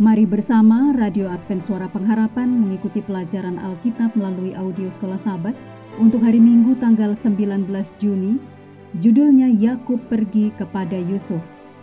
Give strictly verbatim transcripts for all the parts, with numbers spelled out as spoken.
Mari bersama Radio Advent Suara Pengharapan mengikuti pelajaran Alkitab melalui audio Sekolah Sabat untuk hari Minggu tanggal sembilan belas Juni, judulnya Yakub pergi kepada Yusuf.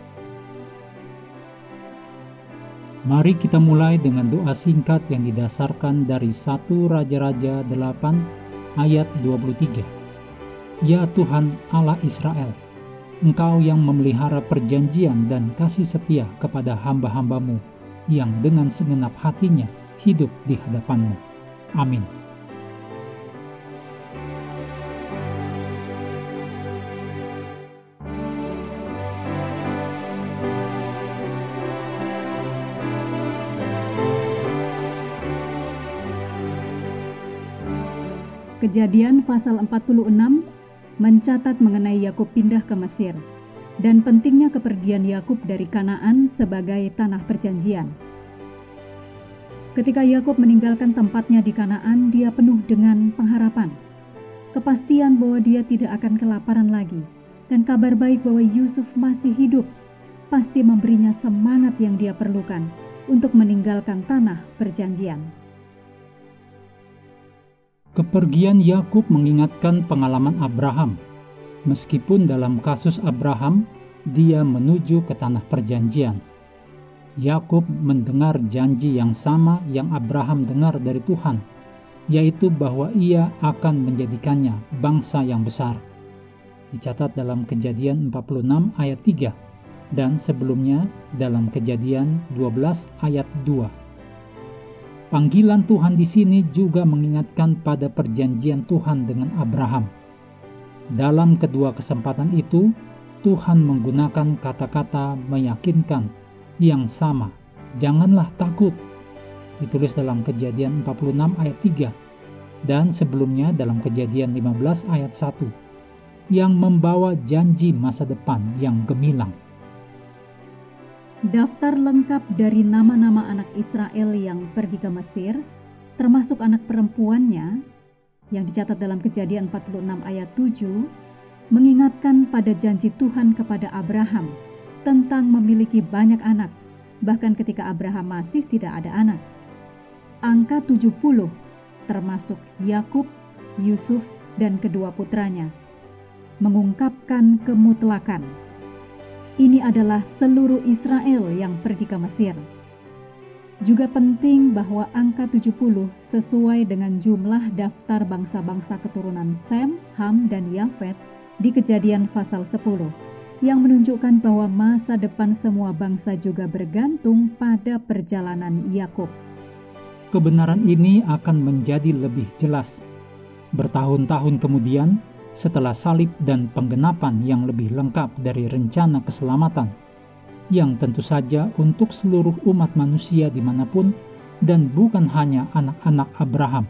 Mari kita mulai dengan doa singkat yang didasarkan dari satu Raja-Raja delapan ayat dua puluh tiga. Ya Tuhan Allah Israel, Engkau yang memelihara perjanjian dan kasih setia kepada hamba-hambamu, yang dengan segenap hatinya hidup di hadapan-Mu. Amin. Kejadian pasal empat puluh enam mencatat mengenai Yakub pindah ke Mesir dan pentingnya kepergian Yakub dari Kanaan sebagai tanah perjanjian. Ketika Yakub meninggalkan tempatnya di Kanaan, dia penuh dengan pengharapan, kepastian bahwa dia tidak akan kelaparan lagi, dan kabar baik bahwa Yusuf masih hidup pasti memberinya semangat yang dia perlukan untuk meninggalkan tanah perjanjian. Kepergian Yakub mengingatkan pengalaman Abraham. Meskipun dalam kasus Abraham, dia menuju ke tanah perjanjian. Yakub mendengar janji yang sama yang Abraham dengar dari Tuhan, yaitu bahwa ia akan menjadikannya bangsa yang besar. Dicatat dalam Kejadian empat puluh enam ayat tiga dan sebelumnya dalam Kejadian dua belas ayat dua. Panggilan Tuhan di sini juga mengingatkan pada perjanjian Tuhan dengan Abraham. Dalam kedua kesempatan itu, Tuhan menggunakan kata-kata meyakinkan yang sama. Janganlah takut. Ditulis dalam Kejadian empat puluh enam ayat tiga dan sebelumnya dalam Kejadian lima belas ayat satu yang membawa janji masa depan yang gemilang. Daftar lengkap dari nama-nama anak Israel yang pergi ke Mesir, termasuk anak perempuannya, yang dicatat dalam Kejadian empat puluh enam ayat tujuh, mengingatkan pada janji Tuhan kepada Abraham tentang memiliki banyak anak, bahkan ketika Abraham masih tidak ada anak. Angka tujuh puluh termasuk Yakub, Yusuf, dan kedua putranya, mengungkapkan kemutlakan. Ini adalah seluruh Israel yang pergi ke Mesir. Juga penting bahwa angka tujuh puluh sesuai dengan jumlah daftar bangsa-bangsa keturunan Sem, Ham, dan Yafet di Kejadian pasal sepuluh, yang menunjukkan bahwa masa depan semua bangsa juga bergantung pada perjalanan Yakub. Kebenaran ini akan menjadi lebih jelas bertahun-tahun kemudian, setelah salib dan penggenapan yang lebih lengkap dari rencana keselamatan, yang tentu saja untuk seluruh umat manusia dimanapun dan bukan hanya anak-anak Abraham.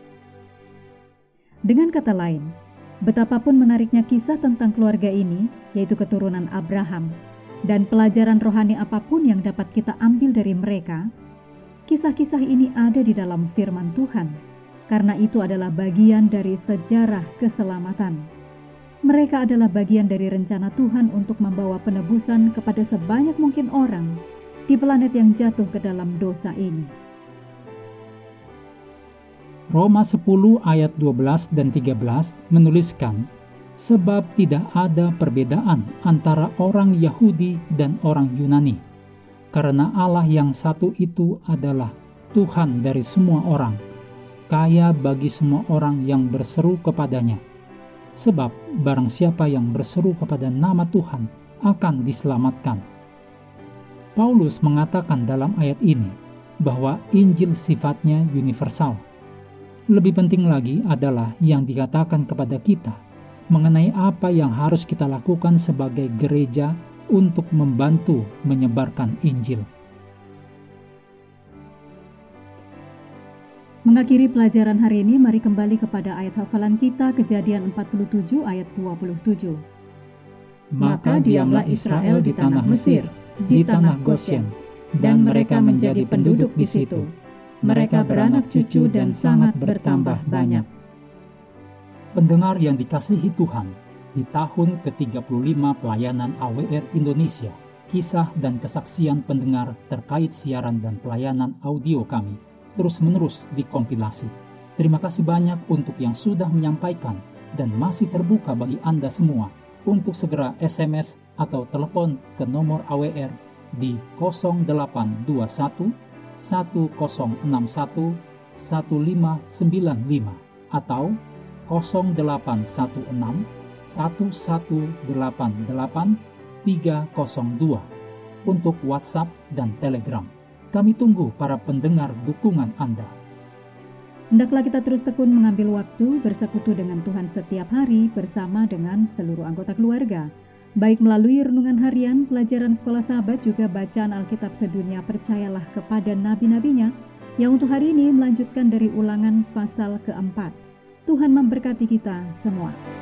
Dengan kata lain, betapapun menariknya kisah tentang keluarga ini, yaitu keturunan Abraham, dan pelajaran rohani apapun yang dapat kita ambil dari mereka, kisah-kisah ini ada di dalam firman Tuhan, karena itu adalah bagian dari sejarah keselamatan. Mereka adalah bagian dari rencana Tuhan untuk membawa penebusan kepada sebanyak mungkin orang di planet yang jatuh ke dalam dosa ini. Roma sepuluh ayat dua belas dan tiga belas menuliskan, sebab tidak ada perbedaan antara orang Yahudi dan orang Yunani, karena Allah yang satu itu adalah Tuhan dari semua orang, kaya bagi semua orang yang berseru kepadanya. Sebab barang siapa yang berseru kepada nama Tuhan akan diselamatkan. Paulus mengatakan dalam ayat ini bahwa Injil sifatnya universal. Lebih penting lagi adalah yang dikatakan kepada kita mengenai apa yang harus kita lakukan sebagai gereja untuk membantu menyebarkan Injil. Mengakhiri pelajaran hari ini, mari kembali kepada ayat hafalan kita, Kejadian empat puluh tujuh ayat dua puluh tujuh. Maka diamlah Israel di tanah Mesir, di tanah Goshen, dan mereka menjadi penduduk di situ. Mereka beranak cucu dan sangat bertambah banyak. Pendengar yang dikasihi Tuhan, di tahun ke tiga puluh lima pelayanan A W R Indonesia, kisah dan kesaksian pendengar terkait siaran dan pelayanan audio kami terus-menerus dikompilasi. Terima kasih banyak untuk yang sudah menyampaikan dan masih terbuka bagi Anda semua untuk segera S M S atau telepon ke nomor A W R di nol delapan dua satu satu nol enam satu satu lima sembilan lima atau nol delapan satu enam satu satu delapan delapan tiga nol dua untuk WhatsApp dan Telegram. Kami tunggu para pendengar dukungan Anda. Hendaklah kita terus tekun mengambil waktu bersekutu dengan Tuhan setiap hari bersama dengan seluruh anggota keluarga, baik melalui renungan harian, pelajaran sekolah sahabat, juga bacaan Alkitab sedunia Percayalah kepada nabi-nabinya, yang untuk hari ini melanjutkan dari Ulangan pasal keempat. Tuhan memberkati kita semua.